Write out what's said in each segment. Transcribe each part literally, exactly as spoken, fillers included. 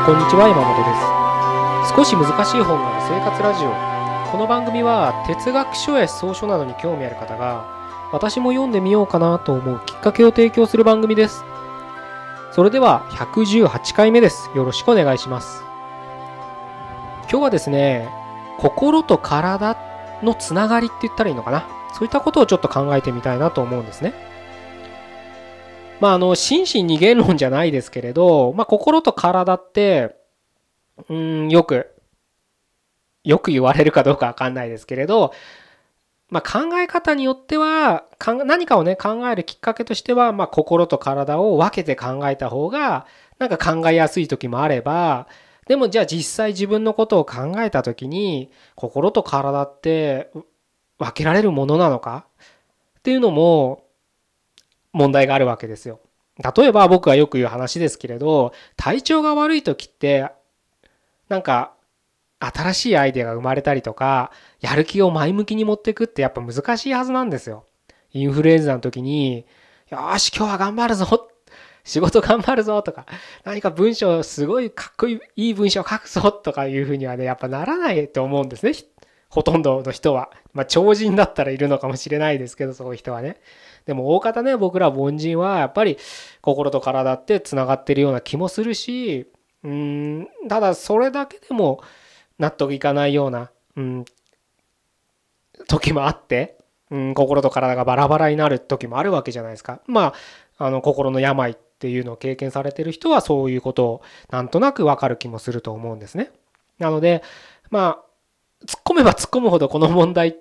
こんにちは、山本です。少し難しい本がある生活ラジオ。この番組は哲学書や草書などに興味ある方が、私も読んでみようかなと思うきっかけを提供する番組です。それではひゃくじゅうはちかいめです。よろしくお願いします。今日はですね、心と体のつながりって言ったらいいのかな、そういったことをちょっと考えてみたいなと思うんですね。まあ、あの心身二元論じゃないですけれど、まあ、心と体ってうーんよくよく言われるかどうかわかんないですけれど、まあ、考え方によっては何かをね考えるきっかけとしては、まあ、心と体を分けて考えた方がなんか考えやすい時もあれば、でもじゃあ実際自分のことを考えた時に心と体って分けられるものなのかっていうのも問題があるわけですよ。例えば僕がよく言う話ですけれど、体調が悪い時ってなんか新しいアイデアが生まれたりとか、やる気を前向きに持っていくってやっぱ難しいはずなんですよ。インフルエンザの時に、よーし今日は頑張るぞ、仕事頑張るぞとか、何か文章すごいかっこいいいい文章を書くぞとかいうふうにはね、やっぱならないと思うんですね。ほとんどの人は。まあ超人だったらいるのかもしれないですけど、そういう人はね。でも大方ね、僕ら凡人はやっぱり心と体ってつながってるような気もするし、うーん、ただそれだけでも納得いかないような、うん、時もあって、うん、心と体がバラバラになる時もあるわけじゃないですか。まあ、あの心の病っていうのを経験されてる人はそういうことをなんとなくわかる気もすると思うんですね。なので、まあ、突っ込めば突っ込むほどこの問題って、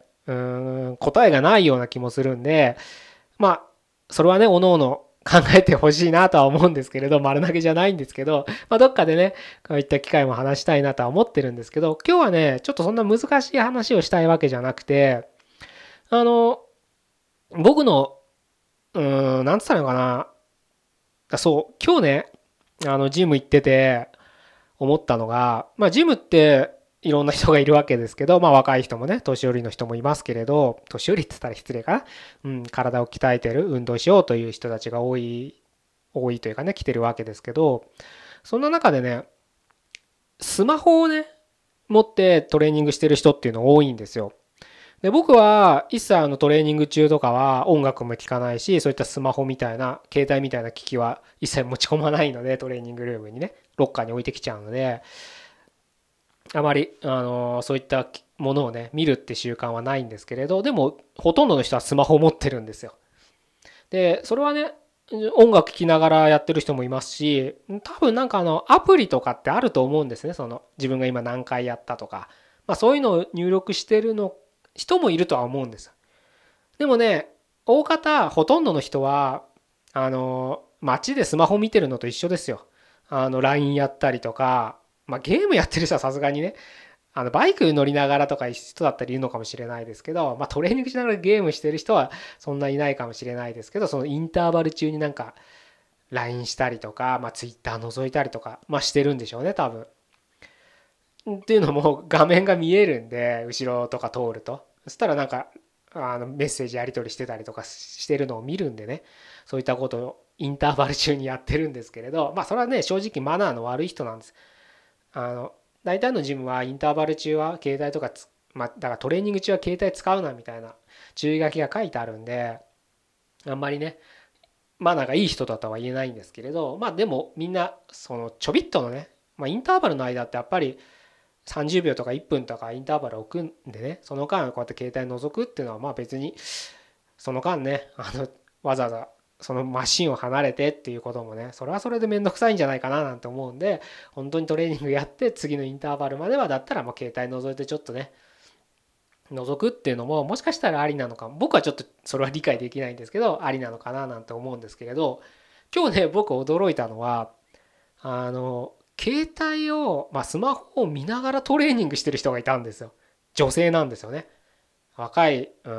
うーん、答えがないような気もするんで、まあ、それはね、おのおの考えてほしいなとは思うんですけれど、丸投げじゃないんですけど、まあ、どっかでね、こういった機会も話したいなとは思ってるんですけど、今日はね、ちょっとそんな難しい話をしたいわけじゃなくて、あの、僕の、うーん、なんつったらいいのかな、そう、今日ね、あの、ジム行ってて思ったのが、まあ、ジムっていろんな人がいるわけですけど、まあ、若い人もね、年寄りの人もいますけれど、年寄りって言ったら失礼かな、うん、体を鍛えてる、運動しようという人たちが多い、多いというかね、来てるわけですけど、そんな中でね、スマホをね、持ってトレーニングしてる人っていうの多いんですよ。で、僕は一切あのトレーニング中とかは音楽も聴かないし、そういったスマホみたいな、携帯みたいな機器は一切持ち込まないので、トレーニングルームにね、ロッカーに置いてきちゃうので、あまり、あのそういったものをね、見るって習慣はないんですけれど、でも、ほとんどの人はスマホを持ってるんですよ。で、それはね、音楽聴きながらやってる人もいますし、多分なんかあの、アプリとかってあると思うんですね。その、自分が今何回やったとか。まあそういうのを入力してるの、人もいるとは思うんです。でもね、大方、ほとんどの人は、あの、街でスマホ見てるのと一緒ですよ。あの、ライン やったりとか、まあゲームやってる人はさすがにね、あのバイク乗りながらとか人だったらいるのかもしれないですけど、まあ、トレーニングしながらゲームしてる人はそんないないかもしれないですけど、そのインターバル中になんか ライン したりとか、まあ、Twitter 覗いたりとか、まあ、してるんでしょうね多分。っていうのも画面が見えるんで、後ろとか通るとそしたらなんかあのメッセージやり取りしてたりとかしてるのを見るんでね、そういったことをインターバル中にやってるんですけれど、まあそれはね正直マナーの悪い人なんです。あの大体のジムはインターバル中は携帯とかつ、まあ、だからトレーニング中は携帯使うなみたいな注意書きが書いてあるんで、あんまりね、マナーがいい人だとは言えないんですけれど、まあでもみんな、そのちょびっとのね、まあ、インターバルの間ってやっぱりさんじゅうびょうとかいっぷんとかインターバル置くんでね、その間こうやって携帯覗くっていうのはまあ別に、その間ね、あの、わざわざそのマシンを離れてっていうこともね、それはそれでめんどくさいんじゃないかななんて思うんで、本当にトレーニングやって次のインターバルまではだったらもう携帯覗いてちょっとね、覗くっていうのももしかしたらありなのか、僕はちょっとそれは理解できないんですけど、ありなのかななんて思うんですけれど、今日ね、僕驚いたのは、あの、携帯を、まあスマホを見ながらトレーニングしてる人がいたんですよ。女性なんですよね。若い、うん、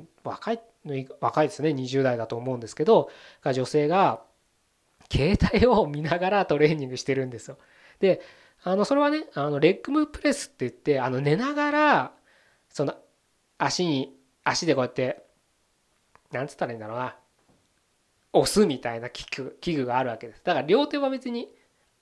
若い、若いですね、にじゅう代だと思うんですけど、が女性が携帯を見ながらトレーニングしてるんですよ。で、あの、それはね、あの、レッグムプレスって言って、あの、寝ながら、その、足に、足でこうやって、なんつったらいいんだろうな、押すみたいな器具、器具があるわけです。だから両手は別に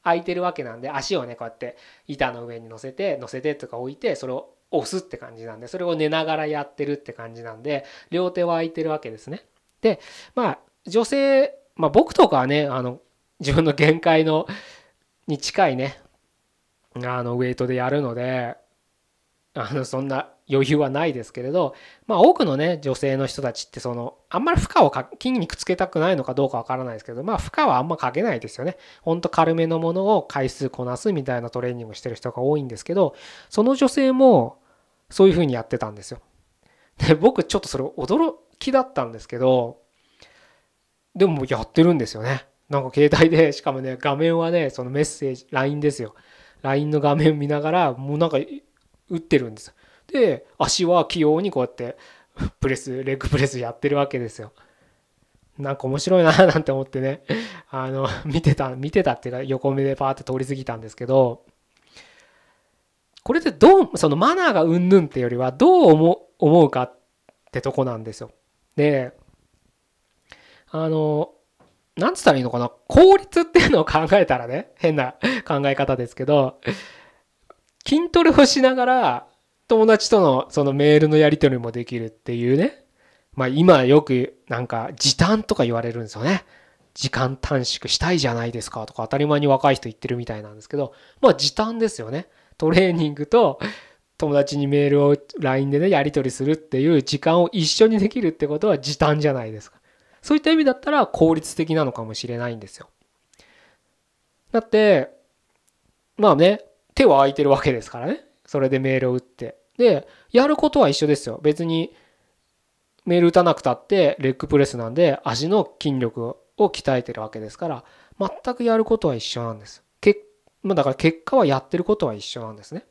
空いてるわけなんで、足をねこうやって板の上に乗せて乗せてとか置いて、それを押すって感じなんで、それを寝ながらやってるって感じなんで、両手は空いてるわけですね。でまあ女性、まあ僕とかはね、あの自分の限界のに近いねあのウェイトでやるので、あのそんな余裕はないですけれど、まあ多くのね女性の人たちってそのあんまり負荷をか筋にくっつけたくないのかどうかわからないですけど、まあ負荷はあんまかけないですよね。ほんと軽めのものを回数こなすみたいなトレーニングしてる人が多いんですけど、その女性もそういう風にやってたんですよ。で僕ちょっとそれ驚きだったんですけど、でもやってるんですよね。なんか携帯で、しかもね画面はねそのメッセージ ライン ですよ。 ライン の画面見ながらもうなんか打ってるんです。で足は器用にこうやってプレスレッグプレスやってるわけですよ。なんか面白いななんて思ってね、あの見てた見てたっていうか横目でパーって通り過ぎたんですけど、これでどうそのマナーがうんぬんってよりはどう思思うかってとこなんですよ。であのなんつったらいいのかな、効率っていうのを考えたらね、変な考え方ですけど、筋トレをしながら友達とのそのメールのやり取りもできるっていうね。まあ今よくなんか時短とか言われるんですよね。時間短縮したいじゃないですかとか当たり前に若い人言ってるみたいなんですけど、まあ時短ですよね。トレーニングと友達にメールを ライン でねやり取りするっていう時間を一緒にできるってことは時短じゃないですか。そういった意味だったら効率的なのかもしれないんですよ。だってまあね手は空いてるわけですからね。それでメールを打って。で、やることは一緒ですよ。別にメール打たなくたってレッグプレスなんで足の筋力を鍛えてるわけですから、全くやることは一緒なんです。けまあ、だから結果はやってることは一緒なんですね。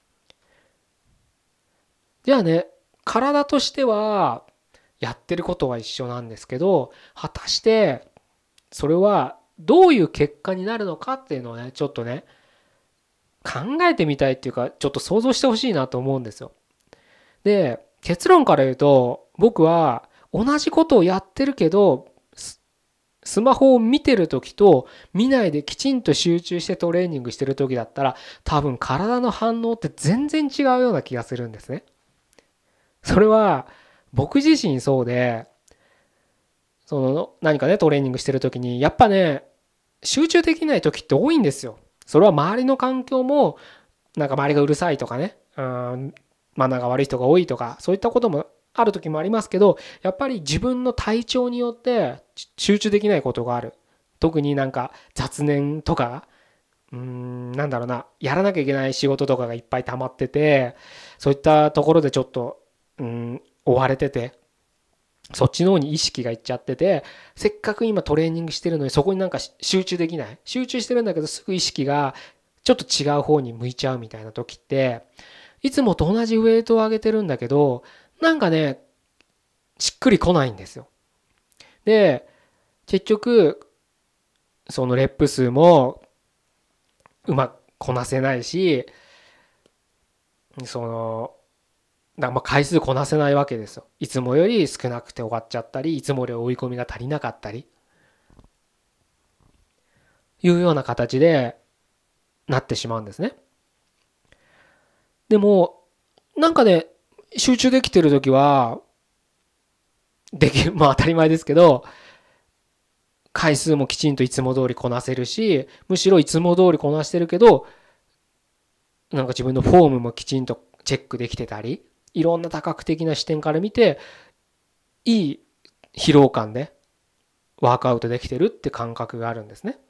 じゃあね、体としてはやってることは一緒なんですけど、果たしてそれはどういう結果になるのかっていうのをね、ちょっとね、考えてみたいっていうか、ちょっと想像してほしいなと思うんですよ。で、結論から言うと、僕は同じことをやってるけど、ススマホを見てる時と見ないできちんと集中してトレーニングしてる時だったら、多分体の反応って全然違うような気がするんですね。それは僕自身そうで、その何かねトレーニングしてる時にやっぱね集中できない時って多いんですよ。それは周りの環境もなんか周りがうるさいとかね、うん、マナーが悪い人が多いとかそういったこともある時もありますけど、やっぱり自分の体調によって集中できないことがある。特になんか雑念とか、うーんなんだろうな、やらなきゃいけない仕事とかがいっぱい溜まってて、そういったところでちょっとうん追われてて、そっちの方に意識がいっちゃってて、せっかく今トレーニングしてるのにそこになんか集中できない。集中してるんだけどすぐ意識がちょっと違う方に向いちゃうみたいな時って、いつもと同じウェイトを上げてるんだけど、なんかね、しっくりこないんですよ。で、結局、そのレップ数もうまくこなせないし、その、だまあ回数こなせないわけですよ。いつもより少なくて終わっちゃったり、いつもより追い込みが足りなかったり、いうような形でなってしまうんですね。でも、なんかね、集中できてるときは、できる、まあ当たり前ですけど、回数もきちんといつも通りこなせるし、むしろいつも通りこなしてるけど、なんか自分のフォームもきちんとチェックできてたり、いろんな多角的な視点から見て、いい疲労感でワークアウトできてるって感覚があるんですね。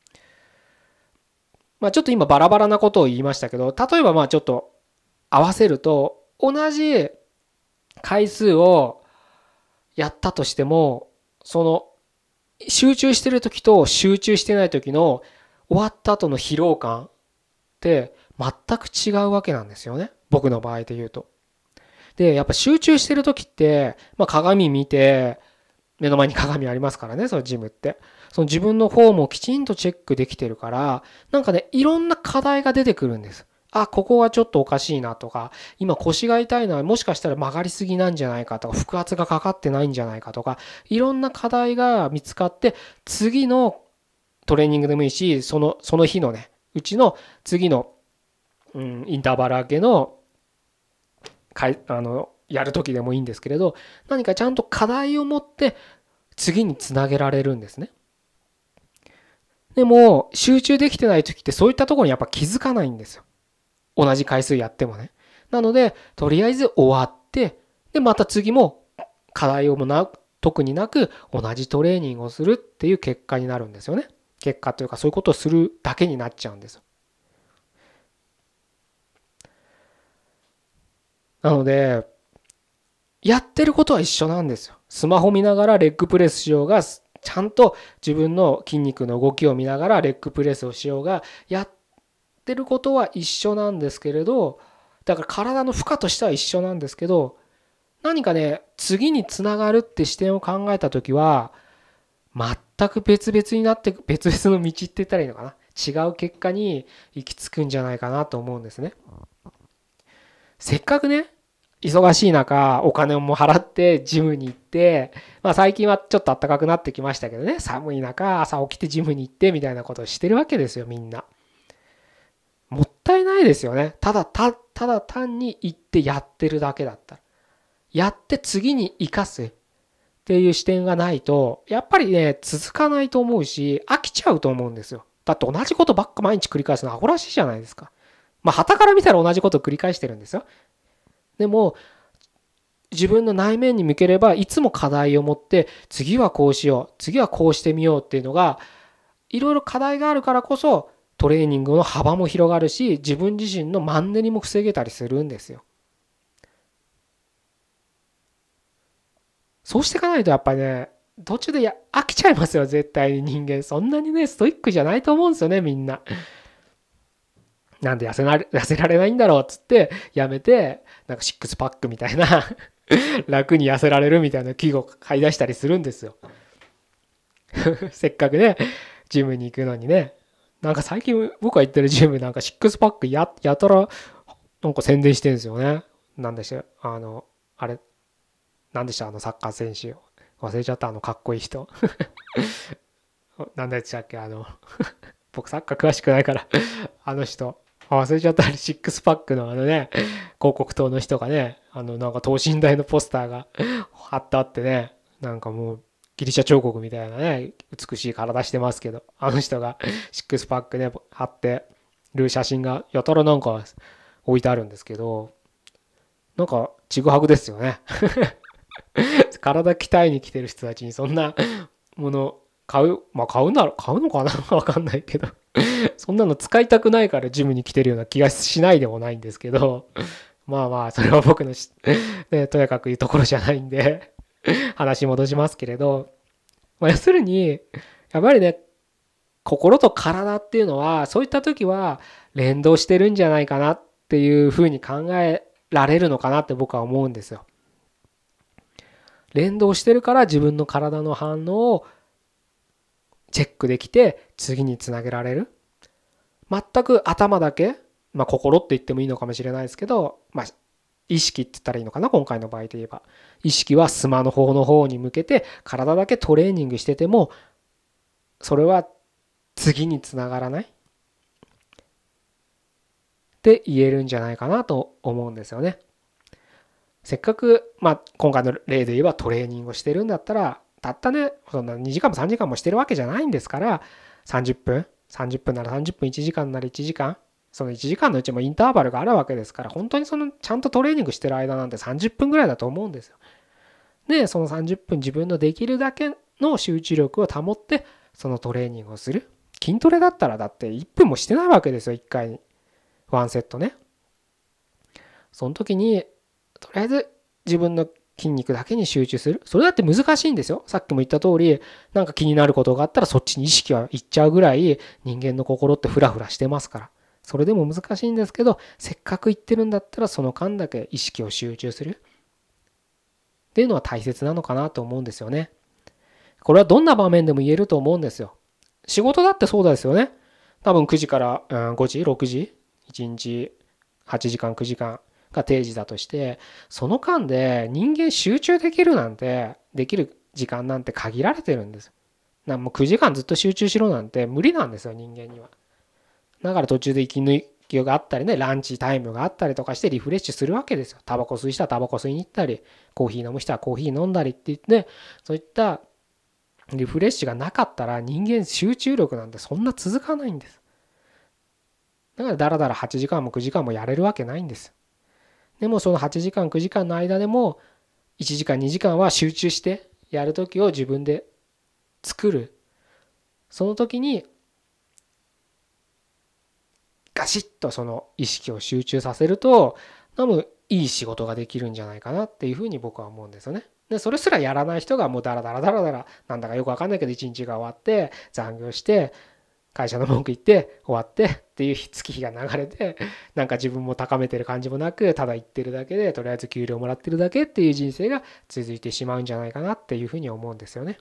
まあちょっと今バラバラなことを言いましたけど、例えばまあちょっと合わせると、同じ回数をやったとしても、その集中してる時と集中してない時の終わった後の疲労感って全く違うわけなんですよね。僕の場合で言うと。で、やっぱ集中してる時って、まあ、鏡見て、目の前に鏡ありますからね、そのジムって。その自分のフォームをきちんとチェックできてるから、なんかね、いろんな課題が出てくるんです。あ、ここはちょっとおかしいなとか、今腰が痛いのはもしかしたら曲がりすぎなんじゃないかとか、腹圧がかかってないんじゃないかとか、いろんな課題が見つかって、次のトレーニングでもいいし、その、その日のね、うちの次の、うん、インターバル明けの、かい、あの、やる時でもいいんですけれど、何かちゃんと課題を持って次につなげられるんですね。でも、集中できてない時ってそういったところにやっぱ気づかないんですよ。同じ回数やってもね。なので、とりあえず終わって、で、また次も課題をもな、特になく同じトレーニングをするっていう結果になるんですよね。結果というかそういうことをするだけになっちゃうんですよ。なので、やってることは一緒なんですよ。スマホ見ながらレッグプレスしようが、ちゃんと自分の筋肉の動きを見ながらレッグプレスをしようが、やってることは一緒なんですけれど、だから体の負荷としては一緒なんですけど、何かね、次につながるって視点を考えたときは、全く別々になって、別々の道って言ったらいいのかな。違う結果に行き着くんじゃないかなと思うんですね。せっかくね、忙しい中、お金も払ってジムに行って、まあ最近はちょっと暖かくなってきましたけどね、寒い中、朝起きてジムに行ってみたいなことをしてるわけですよ、みんな。もったいないですよね。ただ、た、ただ単に行ってやってるだけだったら。やって次に生かすっていう視点がないと、やっぱりね、続かないと思うし、飽きちゃうと思うんですよ。だって同じことばっか毎日繰り返すのアホらしいじゃないですか。まあ、傍から見たら同じことを繰り返してるんですよ。でも、自分の内面に向ければ、いつも課題を持って、次はこうしよう、次はこうしてみようっていうのが、いろいろ課題があるからこそ、トレーニングの幅も広がるし、自分自身のマンネリも防げたりするんですよ。そうしていかないとやっぱりね、途中でや飽きちゃいますよ、絶対に人間。そんなにね、ストイックじゃないと思うんですよね、みんな。なんで痩せなれ、痩せられないんだろうっつって、やめて、なんかシックスパックみたいな楽に痩せられるみたいな器具を買い出したりするんですよ。せっかくね、ジムに行くのにね。なんか最近僕が行ってるジムなんかシックスパックや、やたら、なんか宣伝してるんですよね。なんでしょう、あの、あれ、なんでしたあのサッカー選手。忘れちゃった、あのかっこいい人。なんでしたっけ、あの、僕サッカー詳しくないからあの人。忘れちゃった、シックスパックのあのね、広告塔の人がね、あのなんか等身大のポスターが貼ってあってね、なんかもうギリシャ彫刻みたいなね、美しい体してますけど、あの人がシックスパックね、貼ってる写真がやたらなんか置いてあるんですけど、なんかちぐはぐですよね。体鍛えに来てる人たちにそんなもの買う、まあ買うなら、買うのかなわかんないけどそんなの使いたくないからジムに来てるような気がしないでもないんですけど、まあまあ、それは僕のね、とやかく言うところじゃないんで話戻しますけれど、まあ、要するに、やっぱりね、心と体っていうのは、そういった時は連動してるんじゃないかなっていうふうに考えられるのかなって僕は思うんですよ。連動してるから自分の体の反応をチェックできて次につなげられる。全く頭だけ、まあ心って言ってもいいのかもしれないですけど、まあ意識って言ったらいいのかな、今回の場合で言えば。意識はスマホの方に向けて体だけトレーニングしてても、それは次につながらないって言えるんじゃないかなと思うんですよね。せっかく、まあ今回の例で言えばトレーニングをしてるんだったら、たったね、そんなにじかんもさんじかんもしてるわけじゃないんですから、さんじゅっぷん、さんじゅっぷんならさんじゅっぷん、いちじかんならいちじかん、そのいちじかんのうちもインターバルがあるわけですから、本当にそのちゃんとトレーニングしてる間なんてさんじゅっぷんぐらいだと思うんですよ。で、そのさんじゅっぷん自分のできるだけの集中力を保って、そのトレーニングをする。筋トレだったらだっていっぷんもしてないわけですよ、いっかいに。ワンセットね。その時に、とりあえず自分の筋肉だけに集中する。それだって難しいんですよ。さっきも言った通り、なんか気になることがあったらそっちに意識はいっちゃうぐらい人間の心ってフラフラしてますから。それでも難しいんですけど、せっかく言ってるんだったらその間だけ意識を集中する。っていうのは大切なのかなと思うんですよね。これはどんな場面でも言えると思うんですよ。仕事だってそうですよね。多分くじからごじ、ろくじ、いちにちはちじかん、くじかんが定時だとして、その間で人間集中できるなんて、できる時間なんて限られてるんです。 なもうくじかんずっと集中しろなんて無理なんですよ、人間には。だから途中で息抜きがあったりね、ランチタイムがあったりとかしてリフレッシュするわけですよ。タバコ吸いしたらタバコ吸いに行ったり、コーヒー飲む人はコーヒー飲んだりって言って、そういったリフレッシュがなかったら人間集中力なんてそんな続かないんです。だからだらだらはちじかんもくじかんもやれるわけないんです。でもそのはちじかんくじかんの間でもいちじかんにじかんは集中してやるときを自分で作る。その時にガシッとその意識を集中させると多分いい仕事ができるんじゃないかなっていうふうに僕は思うんですよね。でそれすらやらない人がもうダラダラダラダラなんだかよくわかんないけど一日が終わって残業して会社の文句言って終わってっていう月日が流れてなんか自分も高めてる感じもなくただ言ってるだけでとりあえず給料もらってるだけっていう人生が続いてしまうんじゃないかなっていうふうに思うんですよね。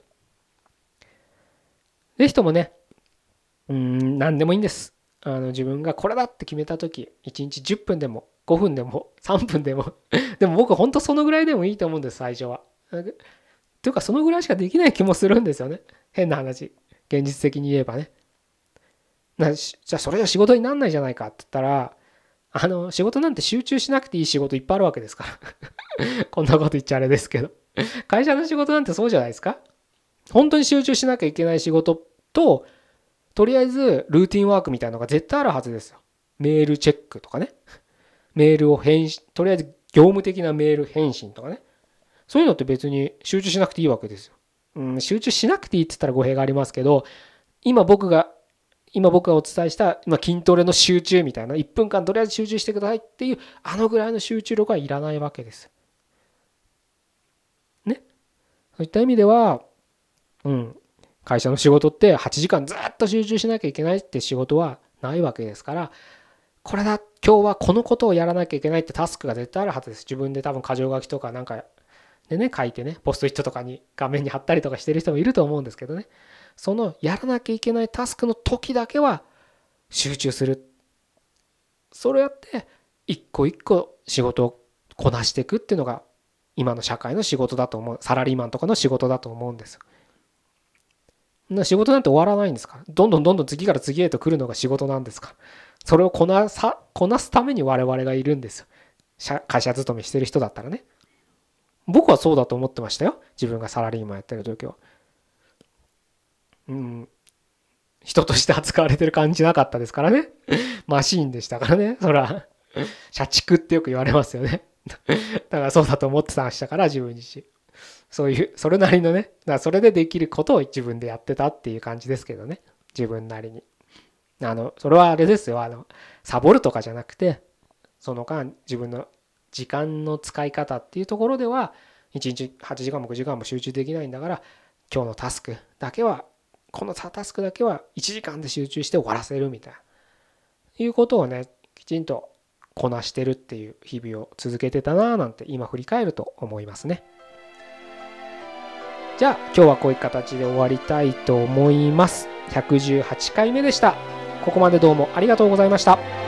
ぜひともね、うーん何でもいいんです。あの自分がこれだって決めた時いちにちじゅっぷんでもごふんでもさんぷんでもでも僕本当そのぐらいでもいいと思うんです最初は。というかそのぐらいしかできない気もするんですよね。変な話現実的に言えばね。なじゃあそれじゃ仕事になんないじゃないかって言ったらあの仕事なんて集中しなくていい仕事いっぱいあるわけですからこんなこと言っちゃあれですけど会社の仕事なんてそうじゃないですか。本当に集中しなきゃいけない仕事ととりあえずルーティンワークみたいなのが絶対あるはずですよ。メールチェックとかね、メールを返信、とりあえず業務的なメール返信とかね、そういうのって別に集中しなくていいわけですよ。うん、集中しなくていいって言ったら語弊がありますけど、今僕が今僕がお伝えした今筋トレの集中みたいないっぷんかんとりあえず集中してくださいっていうあのぐらいの集中力はいらないわけです。ね。そういった意味では、うん、会社の仕事ってはちじかんずっと集中しなきゃいけないって仕事はないわけですから、これだ今日はこのことをやらなきゃいけないってタスクが絶対あるはずです。自分で多分箇条書きとかなんかでね書いてねポストイットとかに画面に貼ったりとかしてる人もいると思うんですけどね、そのやらなきゃいけないタスクの時だけは集中する。それやって一個一個仕事をこなしていくっていうのが今の社会の仕事だと思う。サラリーマンとかの仕事だと思うんですよ。仕事なんて終わらないんですから。どんどんどんどん次から次へと来るのが仕事なんですから。それをこなさこなすために我々がいるんですよ。会社勤めしてる人だったらね。僕はそうだと思ってましたよ。自分がサラリーマンやってる時は。うん。人として扱われてる感じなかったですからね。マシーンでしたからね。そら、社畜ってよく言われますよね。だからそうだと思ってたんしたから自分自身。そういう、それなりのね、だからそれでできることを自分でやってたっていう感じですけどね。自分なりに。あの、それはあれですよ。あの、サボるとかじゃなくて、その間自分の時間の使い方っていうところではいちにちはちじかんもくじかんも集中できないんだから、今日のタスクだけは、このタスクだけはいちじかんで集中して終わらせるみたいな、いうことをね、きちんとこなしてるっていう日々を続けてたなぁなんて今振り返ると思いますね。じゃあ今日はこういう形で終わりたいと思います。ひゃくじゅうはちかいめでした。ここまでどうもありがとうございました。